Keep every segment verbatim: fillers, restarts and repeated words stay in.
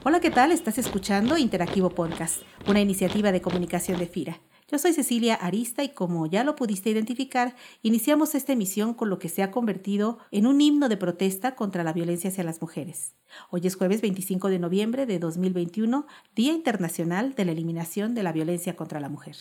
Hola, ¿qué tal? Estás escuchando Interactivo Podcast, una iniciativa de comunicación de FIRA. Yo soy Cecilia Arista y como ya lo pudiste identificar, iniciamos esta emisión con lo que se ha convertido en un himno de protesta contra la violencia hacia las mujeres. Hoy es jueves veinticinco de noviembre de dos mil veintiuno, Día Internacional de la Eliminación de la Violencia contra la Mujer.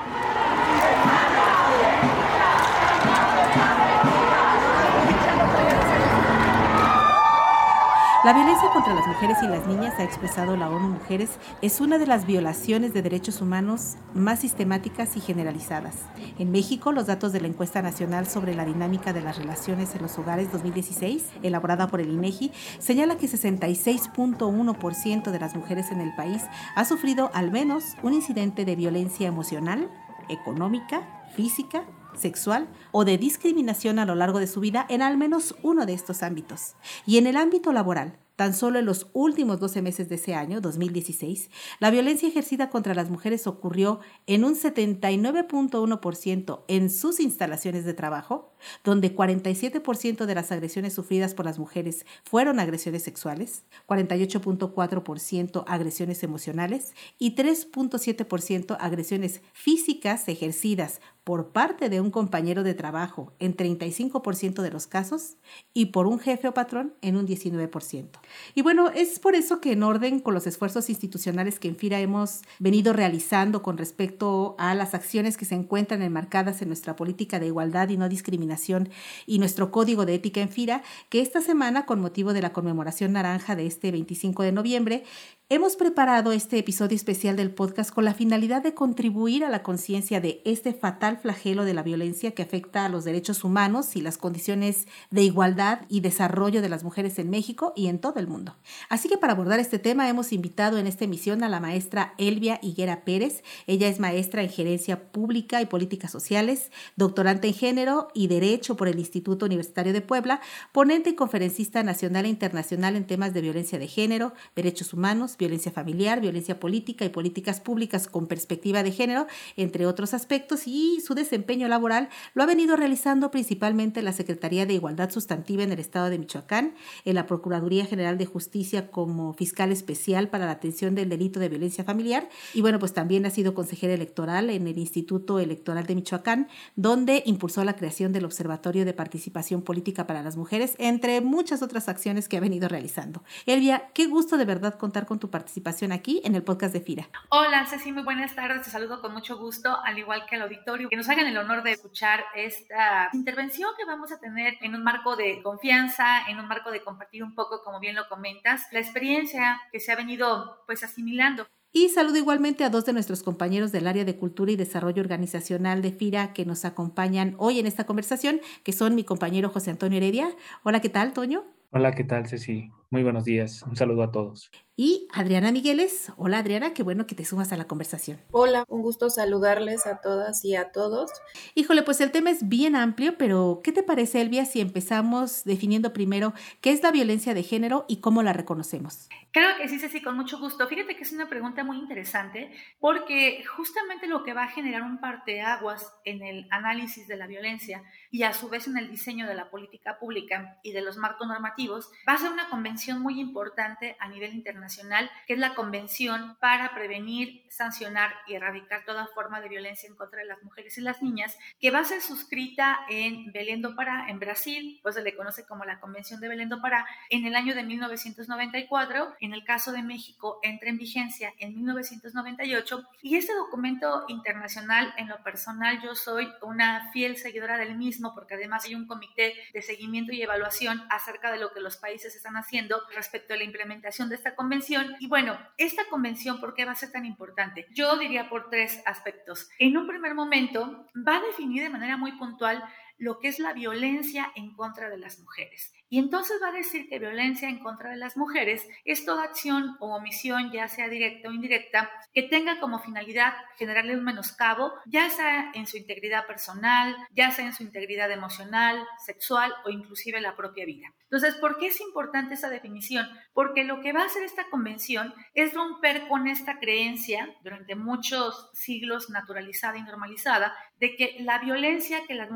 La violencia contra las mujeres y las niñas, ha expresado la ONU Mujeres, es una de las violaciones de derechos humanos más sistemáticas y generalizadas. En México, los datos de la Encuesta Nacional sobre la Dinámica de las Relaciones en los Hogares dos mil dieciséis, elaborada por el INEGI, señala que sesenta y seis punto uno por ciento de las mujeres en el país ha sufrido al menos un incidente de violencia emocional, económica, física, sexual o de discriminación a lo largo de su vida en al menos uno de estos ámbitos. Y en el ámbito laboral, tan solo en los últimos doce meses de ese año, dos mil dieciséis, la violencia ejercida contra las mujeres ocurrió en un setenta y nueve punto uno por ciento en sus instalaciones de trabajo, donde cuarenta y siete por ciento de las agresiones sufridas por las mujeres fueron agresiones sexuales, cuarenta y ocho punto cuatro por ciento agresiones emocionales y tres punto siete por ciento agresiones físicas ejercidas por parte de un compañero de trabajo en treinta y cinco por ciento de los casos y por un jefe o patrón en un diecinueve por ciento. Y bueno, es por eso que en orden con los esfuerzos institucionales que en FIRA hemos venido realizando con respecto a las acciones que se encuentran enmarcadas en nuestra política de igualdad y no discriminación y nuestro código de ética en FIRA, que esta semana, con motivo de la conmemoración naranja de este veinticinco de noviembre, hemos preparado este episodio especial del podcast con la finalidad de contribuir a la conciencia de este fatal flagelo de la violencia que afecta a los derechos humanos y las condiciones de igualdad y desarrollo de las mujeres en México y en todo el mundo. Así que para abordar este tema hemos invitado en esta emisión a la maestra Elvia Higuera Pérez. Ella es maestra en Gerencia Pública y Políticas Sociales, doctorante en Género y Derecho por el Instituto Universitario de Puebla, ponente y conferencista nacional e internacional en temas de violencia de género, derechos humanos, violencia familiar, violencia política y políticas públicas con perspectiva de género, entre otros aspectos, y su desempeño laboral lo ha venido realizando principalmente en la Secretaría de Igualdad Sustantiva en el Estado de Michoacán, en la Procuraduría General de Justicia como fiscal especial para la atención del delito de violencia familiar, y bueno, pues también ha sido consejera electoral en el Instituto Electoral de Michoacán, donde impulsó la creación del Observatorio de Participación Política para las Mujeres, entre muchas otras acciones que ha venido realizando. Elvia, qué gusto de verdad contar con tu participación aquí en el podcast de FIRA. Hola, Ceci, muy buenas tardes, te saludo con mucho gusto, al igual que al auditorio, que nos hagan el honor de escuchar esta intervención que vamos a tener en un marco de confianza, en un marco de compartir un poco, como bien lo comentas, la experiencia que se ha venido pues asimilando. Y saludo igualmente a dos de nuestros compañeros del área de Cultura y Desarrollo Organizacional de FIRA que nos acompañan hoy en esta conversación, que son mi compañero José Antonio Heredia. Hola, ¿qué tal, Toño? Hola, ¿qué tal, Ceci? Muy buenos días. Un saludo a todos. Y Adriana Migueles. Hola, Adriana, qué bueno que te sumas a la conversación. Hola, un gusto saludarles a todas y a todos. Híjole, pues el tema es bien amplio, pero ¿qué te parece, Elvia, si empezamos definiendo primero qué es la violencia de género y cómo la reconocemos? Claro que sí, Ceci, con mucho gusto. Fíjate que es una pregunta muy interesante porque justamente lo que va a generar un parteaguas en el análisis de la violencia y a su vez en el diseño de la política pública y de los marcos normativos va a ser una convención muy importante a nivel internacional, que es la Convención para Prevenir, Sancionar y Erradicar toda forma de violencia en contra de las mujeres y las niñas, que va a ser suscrita en Belém do Pará, en Brasil, pues se le conoce como la Convención de Belém do Pará, en el año de mil novecientos noventa y cuatro. En el caso de México, entra en vigencia en mil novecientos noventa y ocho, y este documento internacional, en lo personal, yo soy una fiel seguidora del mismo, porque además hay un comité de seguimiento y evaluación acerca de lo que los países están haciendo respecto a la implementación de esta convención. Y bueno, esta convención, ¿por qué va a ser tan importante? Yo diría por tres aspectos. En un primer momento, va a definir de manera muy puntual lo que es la violencia en contra de las mujeres. Y entonces va a decir que violencia en contra de las mujeres es toda acción o omisión, ya sea directa o indirecta, que tenga como finalidad generarle un menoscabo, ya sea en su integridad personal, ya sea en su integridad emocional, sexual o inclusive la propia vida. Entonces, ¿por qué es importante esa definición? Porque lo que va a hacer esta convención es romper con esta creencia, durante muchos siglos naturalizada y normalizada, de que la violencia que las mujeres sufren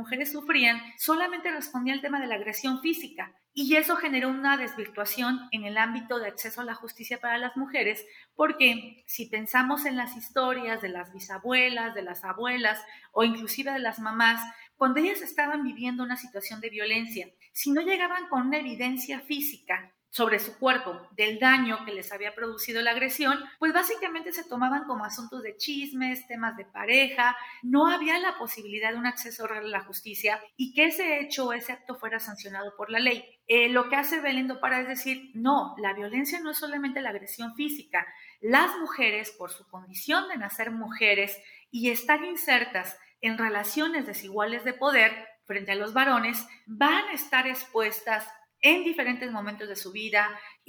sufrían solamente respondía al tema de la agresión física. Y eso generó una desvirtuación en el ámbito de acceso a la justicia para las mujeres, porque si pensamos en las historias de las bisabuelas, de las abuelas o inclusive de las mamás, cuando ellas estaban viviendo una situación de violencia, si no llegaban con una evidencia física sobre su cuerpo del daño que les había producido la agresión, pues básicamente se tomaban como asuntos de chismes, temas de pareja, no había la posibilidad de un acceso real a la justicia y que ese hecho o ese acto fuera sancionado por la ley. Eh, lo que hace Belén do Pará es decir, no, la violencia no es solamente la agresión física, las mujeres por su condición de nacer mujeres y estar insertas en relaciones desiguales de poder frente a los varones, van a estar expuestas en diferentes momentos de su vida,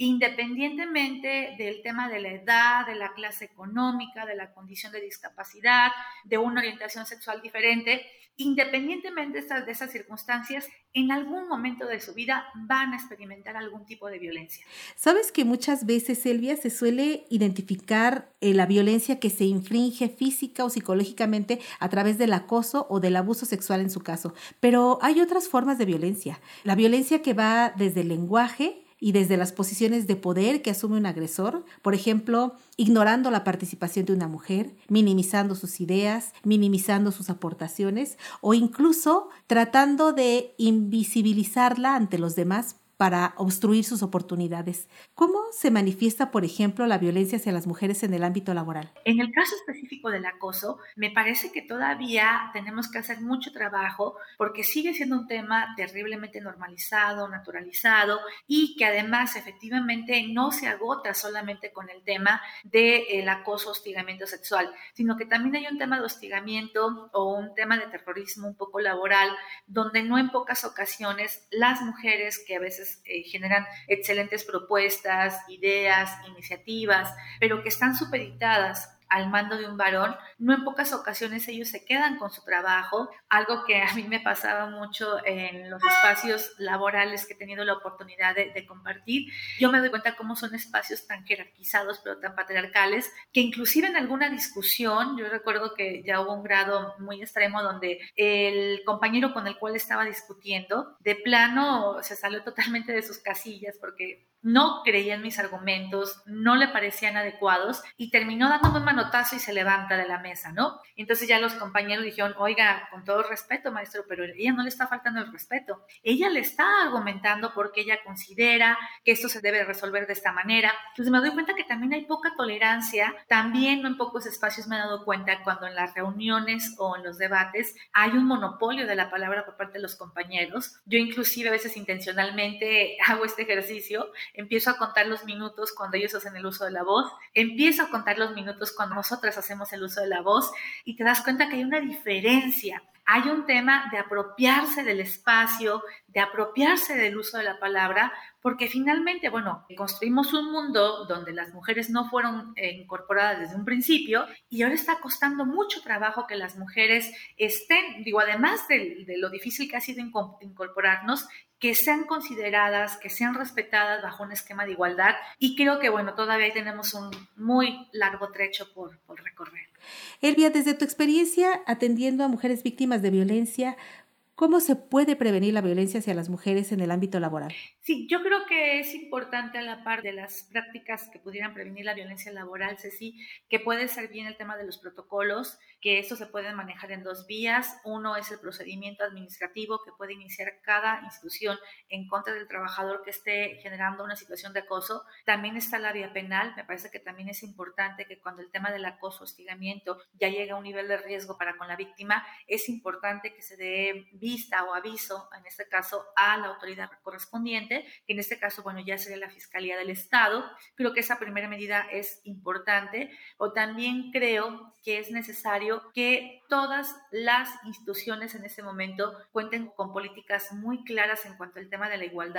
independientemente del tema de la edad, de la clase económica, de la condición de discapacidad, de una orientación sexual diferente, independientemente de esas, de esas circunstancias, en algún momento de su vida van a experimentar algún tipo de violencia. Sabes que muchas veces, Silvia, se suele identificar eh, la violencia que se infringe física o psicológicamente a través del acoso o del abuso sexual en su caso, pero hay otras formas de violencia. La violencia que va desde el lenguaje y desde las posiciones de poder que asume un agresor, por ejemplo, ignorando la participación de una mujer, minimizando sus ideas, minimizando sus aportaciones o incluso tratando de invisibilizarla ante los demás para obstruir sus oportunidades. ¿Cómo se manifiesta, por ejemplo, la violencia hacia las mujeres en el ámbito laboral? En el caso específico del acoso, me parece que todavía tenemos que hacer mucho trabajo porque sigue siendo un tema terriblemente normalizado, naturalizado y que además efectivamente no se agota solamente con el tema del acoso, hostigamiento sexual, sino que también hay un tema de hostigamiento o un tema de terrorismo un poco laboral, donde no en pocas ocasiones las mujeres que a veces Eh, generan excelentes propuestas, ideas, iniciativas, pero que están supeditadas al mando de un varón, no en pocas ocasiones ellos se quedan con su trabajo, algo que a mí me pasaba mucho en los espacios laborales que he tenido la oportunidad de, de compartir. Yo me doy cuenta cómo son espacios tan jerarquizados, pero tan patriarcales, que inclusive en alguna discusión, yo recuerdo que ya hubo un grado muy extremo donde el compañero con el cual estaba discutiendo, de plano se salió totalmente de sus casillas porque no creía en mis argumentos, no le parecían adecuados y terminó dándome un manotazo y se levanta de la mesa, ¿no? Entonces ya los compañeros dijeron, oiga, con todo respeto, maestro, pero ella no le está faltando el respeto. Ella le está argumentando porque ella considera que esto se debe resolver de esta manera. Entonces me doy cuenta que también hay poca tolerancia. También no en pocos espacios me he dado cuenta cuando en las reuniones o en los debates hay un monopolio de la palabra por parte de los compañeros. Yo inclusive a veces intencionalmente hago este ejercicio. Empiezo a contar los minutos cuando ellos hacen el uso de la voz, empiezo a contar los minutos cuando nosotras hacemos el uso de la voz y te das cuenta que hay una diferencia. Hay un tema de apropiarse del espacio, de apropiarse del uso de la palabra, porque finalmente, bueno, construimos un mundo donde las mujeres no fueron eh, incorporadas desde un principio y ahora está costando mucho trabajo que las mujeres estén, digo, además de, de lo difícil que ha sido incorporarnos, que sean consideradas, que sean respetadas bajo un esquema de igualdad y creo que, bueno, todavía tenemos un muy largo trecho por, por recorrer. Elvia, desde tu experiencia atendiendo a mujeres víctimas de violencia, ¿cómo se puede prevenir la violencia hacia las mujeres en el ámbito laboral? Sí, yo creo que es importante a la par de las prácticas que pudieran prevenir la violencia laboral, Ceci, que puede ser bien el tema de los protocolos, que estos se pueden manejar en dos vías. Uno es el procedimiento administrativo que puede iniciar cada institución en contra del trabajador que esté generando una situación de acoso. También está la vía penal. Me parece que también es importante que cuando el tema del acoso, hostigamiento ya llega a un nivel de riesgo para con la víctima, es importante que se dé vista o aviso, en este caso, a la autoridad correspondiente, que en este caso, bueno, ya sería la Fiscalía del Estado. Creo que esa primera medida es importante. O también creo que es necesario que todas las instituciones en este momento cuenten con políticas muy claras en cuanto al tema de la igualdad,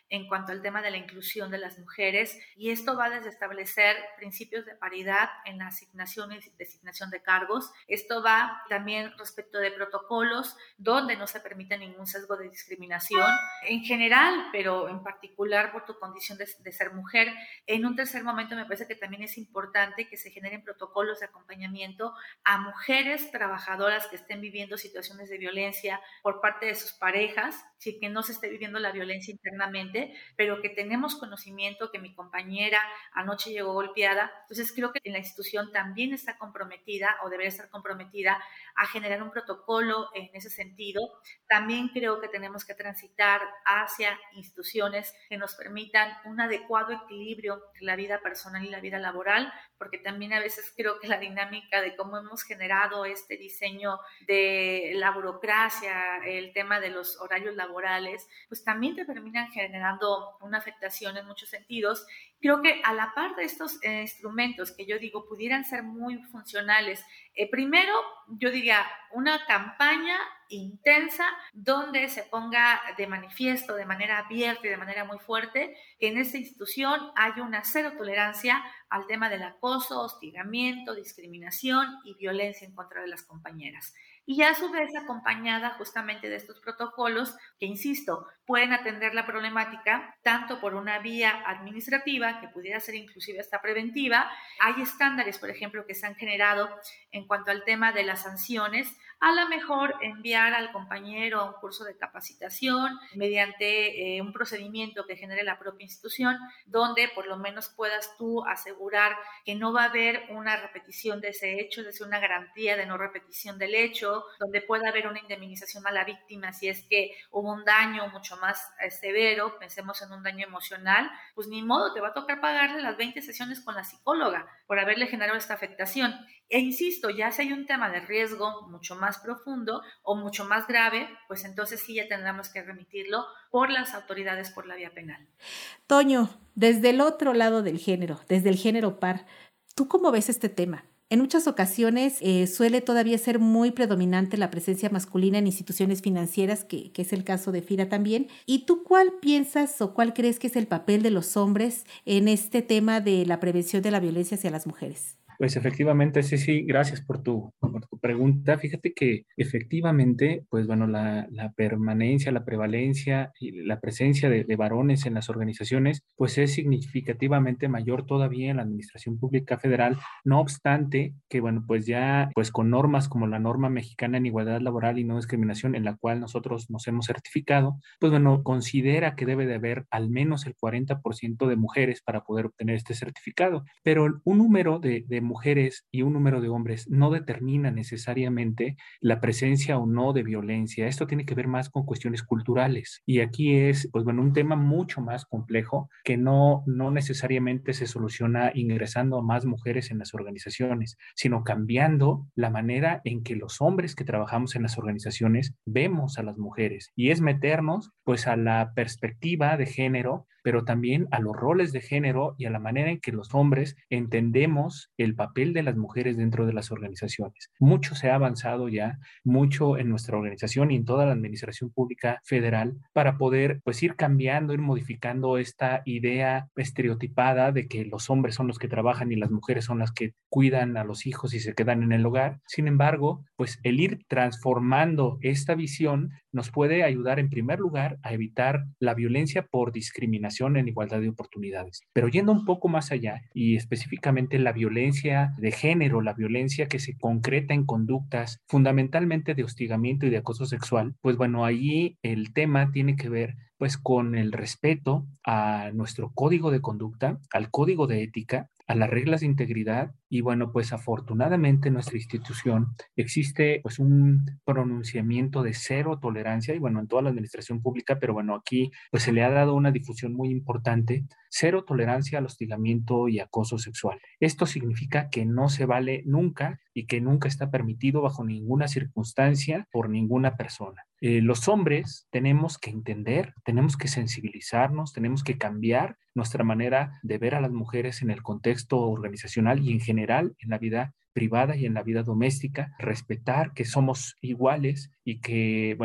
en cuanto al tema de la inclusión de las mujeres, y esto va desde establecer principios de paridad en la asignación y designación de cargos. Esto va también respecto de protocolos donde no se permite ningún sesgo de discriminación en general, pero en particular por tu condición de, de ser mujer. En un tercer momento me parece que también es importante que se generen protocolos de acompañamiento a mujeres trabajadoras que estén viviendo situaciones de violencia por parte de sus parejas, sí, que no se esté viviendo la violencia internamente, pero que tenemos conocimiento que mi compañera anoche llegó golpeada. Entonces creo que la institución también está comprometida o debería estar comprometida a generar un protocolo en ese sentido. También creo que tenemos que transitar hacia instituciones que nos permitan un adecuado equilibrio entre la vida personal y la vida laboral, porque también a veces creo que la dinámica de cómo hemos generado este diseño de la burocracia, el tema de los horarios laborales, pues también te terminan generando una afectación en muchos sentidos. Creo que a la par de estos eh, instrumentos que yo digo pudieran ser muy funcionales, eh, primero yo diría una campaña intensa donde se ponga de manifiesto de manera abierta y de manera muy fuerte que en esta institución hay una cero tolerancia al tema del acoso, hostigamiento, discriminación y violencia en contra de las compañeras. Y a su vez acompañada justamente de estos protocolos que, insisto, pueden atender la problemática tanto por una vía administrativa, que pudiera ser inclusive hasta preventiva. Hay estándares, por ejemplo, que se han generado en cuanto al tema de las sanciones. A lo mejor enviar al compañero a un curso de capacitación mediante eh, un procedimiento que genere la propia institución, donde por lo menos puedas tú asegurar que no va a haber una repetición de ese hecho, es decir, una garantía de no repetición del hecho, donde pueda haber una indemnización a la víctima si es que hubo un daño mucho más eh, severo, pensemos en un daño emocional, pues ni modo, te va a tocar pagarle las veinte sesiones con la psicóloga por haberle generado esta afectación. E insisto, ya si hay un tema de riesgo mucho más profundo o mucho más grave, pues entonces sí ya tendremos que remitirlo por las autoridades por la vía penal. Toño, desde el otro lado del género, desde el género par, ¿tú cómo ves este tema? En muchas ocasiones eh, suele todavía ser muy predominante la presencia masculina en instituciones financieras, que, que es el caso de FIRA también. ¿Y tú cuál piensas o cuál crees que es el papel de los hombres en este tema de la prevención de la violencia hacia las mujeres? Pues efectivamente, sí, sí, gracias por tu, por tu pregunta. Fíjate que efectivamente, pues bueno, la, la permanencia, la prevalencia y la presencia de, de varones en las organizaciones, pues es significativamente mayor todavía en la administración pública federal. No obstante que, bueno, pues ya, pues con normas como la norma mexicana en igualdad laboral y no discriminación, en la cual nosotros nos hemos certificado, pues bueno, considera que debe de haber al menos el cuarenta por ciento de mujeres para poder obtener este certificado. Pero un número de, de mujeres y un número de hombres no determina necesariamente la presencia o no de violencia. Esto tiene que ver más con cuestiones culturales. Y aquí es, pues bueno, un tema mucho más complejo que no, no necesariamente se soluciona ingresando a más mujeres en las organizaciones, sino cambiando la manera en que los hombres que trabajamos en las organizaciones vemos a las mujeres. Y es meternos, pues, a la perspectiva de género, pero también a los roles de género y a la manera en que los hombres entendemos el papel de las mujeres dentro de las organizaciones. Mucho se ha avanzado ya, mucho en nuestra organización y en toda la administración pública federal para poder, pues, ir cambiando, ir modificando esta idea estereotipada de que los hombres son los que trabajan y las mujeres son las que cuidan a los hijos y se quedan en el hogar. Sin embargo, pues el ir transformando esta visión nos puede ayudar en primer lugar a evitar la violencia por discriminación en igualdad de oportunidades. Pero yendo un poco más allá y específicamente la violencia de género, la violencia que se concreta en conductas fundamentalmente de hostigamiento y de acoso sexual, pues bueno, allí el tema tiene que ver pues con el respeto a nuestro código de conducta, al código de ética, a las reglas de integridad y bueno, pues afortunadamente en nuestra institución existe pues un pronunciamiento de cero tolerancia y bueno, en toda la administración pública, pero bueno, aquí pues se le ha dado una difusión muy importante, cero tolerancia al hostigamiento y acoso sexual. Esto significa que no se vale nunca y que nunca está permitido bajo ninguna circunstancia por ninguna persona. Eh, los hombres tenemos que entender, tenemos que sensibilizarnos, tenemos que cambiar nuestra manera de ver a las mujeres en el contexto organizacional y en general en la vida privada y en la vida doméstica, respetar que somos iguales y que, bueno,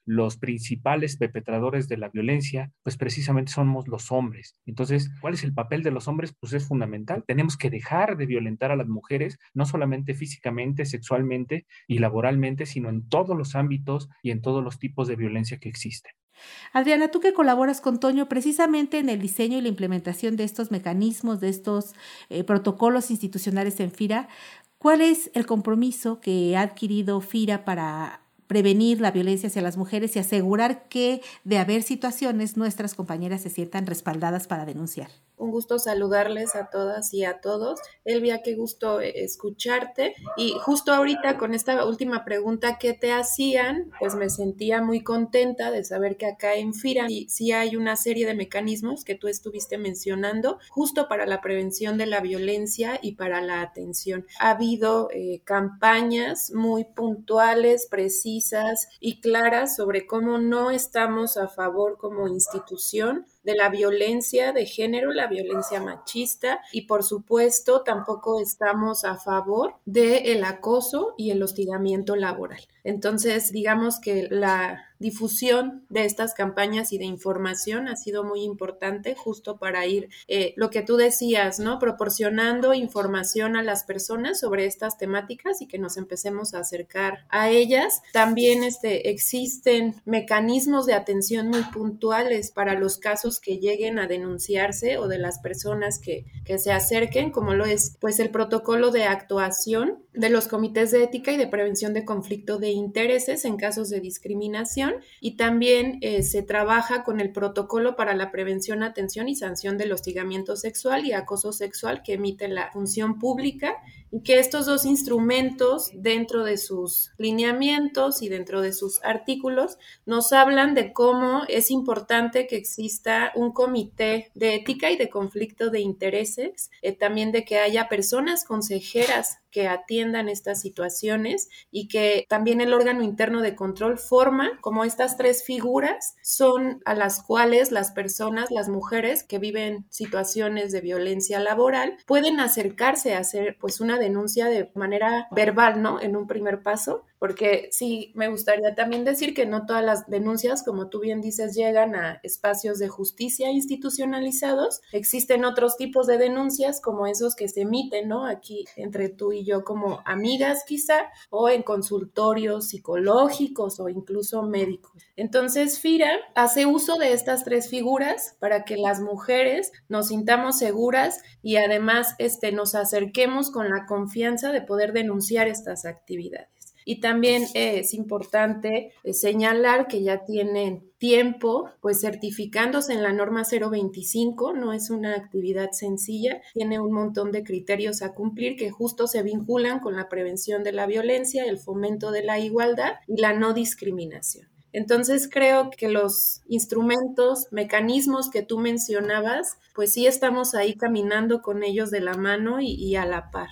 los principales perpetradores de la violencia, pues precisamente somos los hombres. Entonces, ¿cuál es el papel de los hombres? Pues es fundamental. Tenemos que dejar de violentar a las mujeres, no solamente físicamente, sexualmente y laboralmente, sino en todos los ámbitos y en todos los tipos de violencia que existen. Adriana, tú que colaboras con Toño precisamente en el diseño y la implementación de estos mecanismos, de estos eh, protocolos institucionales en FIRA, ¿cuál es el compromiso que ha adquirido FIRA para prevenir la violencia hacia las mujeres y asegurar que, de haber situaciones, nuestras compañeras se sientan respaldadas para denunciar? Un gusto saludarles a todas y a todos. Elvia, qué gusto escucharte. Y justo ahorita con esta última pregunta que te hacían, pues me sentía muy contenta de saber que acá en FIRA sí, sí hay una serie de mecanismos que tú estuviste mencionando justo para la prevención de la violencia y para la atención. Ha habido eh, campañas muy puntuales, precisas y claras sobre cómo no estamos a favor como institución de la violencia de género, la violencia machista, y por supuesto tampoco estamos a favor del acoso y el hostigamiento laboral. Entonces, digamos que la difusión de estas campañas y de información ha sido muy importante justo para ir, eh, lo que tú decías, ¿no? Proporcionando información a las personas sobre estas temáticas y que nos empecemos a acercar a ellas. También este, existen mecanismos de atención muy puntuales para los casos que lleguen a denunciarse o de las personas que, que se acerquen, como lo es pues el protocolo de actuación de los comités de ética y de prevención de conflicto de intereses en casos de discriminación, y también eh, se trabaja con el protocolo para la prevención, atención y sanción del hostigamiento sexual y acoso sexual que emite la función pública, y que estos dos instrumentos dentro de sus lineamientos y dentro de sus artículos nos hablan de cómo es importante que exista un comité de ética y de conflicto de intereses, eh, también de que haya personas consejeras que atiendan estas situaciones, y que también el órgano interno de control forma como estas tres figuras son a las cuales las personas, las mujeres que viven situaciones de violencia laboral pueden acercarse a hacer pues una denuncia de manera verbal, ¿no? En un primer paso, porque sí me gustaría también decir que no todas las denuncias, como tú bien dices, llegan a espacios de justicia institucionalizados. Existen otros tipos de denuncias como esos que se emiten, ¿no? Aquí entre tú y yo como amigas quizá, o en consultorios psicológicos o incluso médicos. Entonces FIRA hace uso de estas tres figuras para que las mujeres nos sintamos seguras y además este, nos acerquemos con la confianza de poder denunciar estas actividades. Y también eh, es importante eh, señalar que ya tienen tiempo pues certificándose en la norma cero veinticinco, no es una actividad sencilla, tiene un montón de criterios a cumplir que justo se vinculan con la prevención de la violencia, el fomento de la igualdad y la no discriminación. Entonces creo que los instrumentos, mecanismos que tú mencionabas, pues sí estamos ahí caminando con ellos de la mano y, y a la par.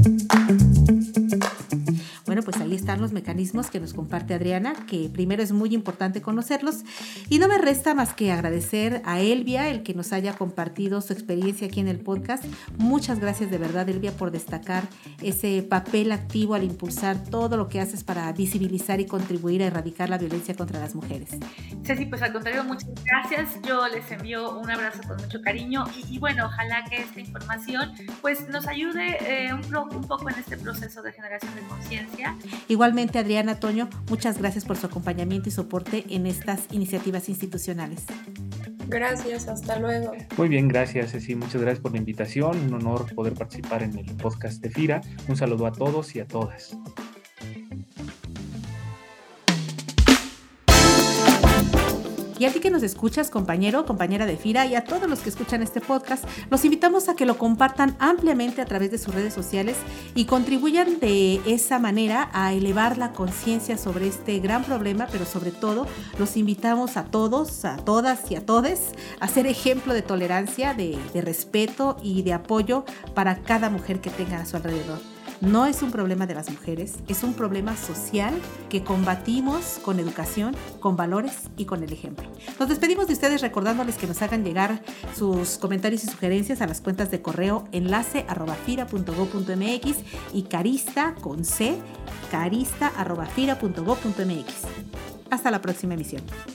Bueno, pues ahí están los mecanismos que nos comparte Adriana, que primero es muy importante conocerlos, y no me resta más que agradecer a Elvia el que nos haya compartido su experiencia aquí en el podcast. Muchas gracias de verdad, Elvia, por destacar ese papel activo al impulsar todo lo que haces para visibilizar y contribuir a erradicar la violencia contra las mujeres. Ceci, pues al contrario, muchas gracias. Yo les envío un abrazo con mucho cariño y, y bueno, ojalá que esta información pues nos ayude eh, un, un poco en este proceso de generación de conciencia. Igualmente, Adriana, Toño, muchas gracias por su acompañamiento y soporte en estas iniciativas institucionales. Gracias, hasta luego. Muy bien, gracias, Ceci, muchas gracias por la invitación, un honor poder participar en el podcast de FIRA. Un saludo a todos y a todas. Y a ti que nos escuchas, compañero, compañera de FIRA, y a todos los que escuchan este podcast, los invitamos a que lo compartan ampliamente a través de sus redes sociales y contribuyan de esa manera a elevar la conciencia sobre este gran problema, pero sobre todo los invitamos a todos, a todas y a todes a ser ejemplo de tolerancia, de, de respeto y de apoyo para cada mujer que tengan a su alrededor. No es un problema de las mujeres, es un problema social que combatimos con educación, con valores y con el ejemplo. Nos despedimos de ustedes recordándoles que nos hagan llegar sus comentarios y sugerencias a las cuentas de correo enlace arroba fira punto go punto mx y carista con c, carista arroba fira punto go punto mx. Hasta la próxima emisión.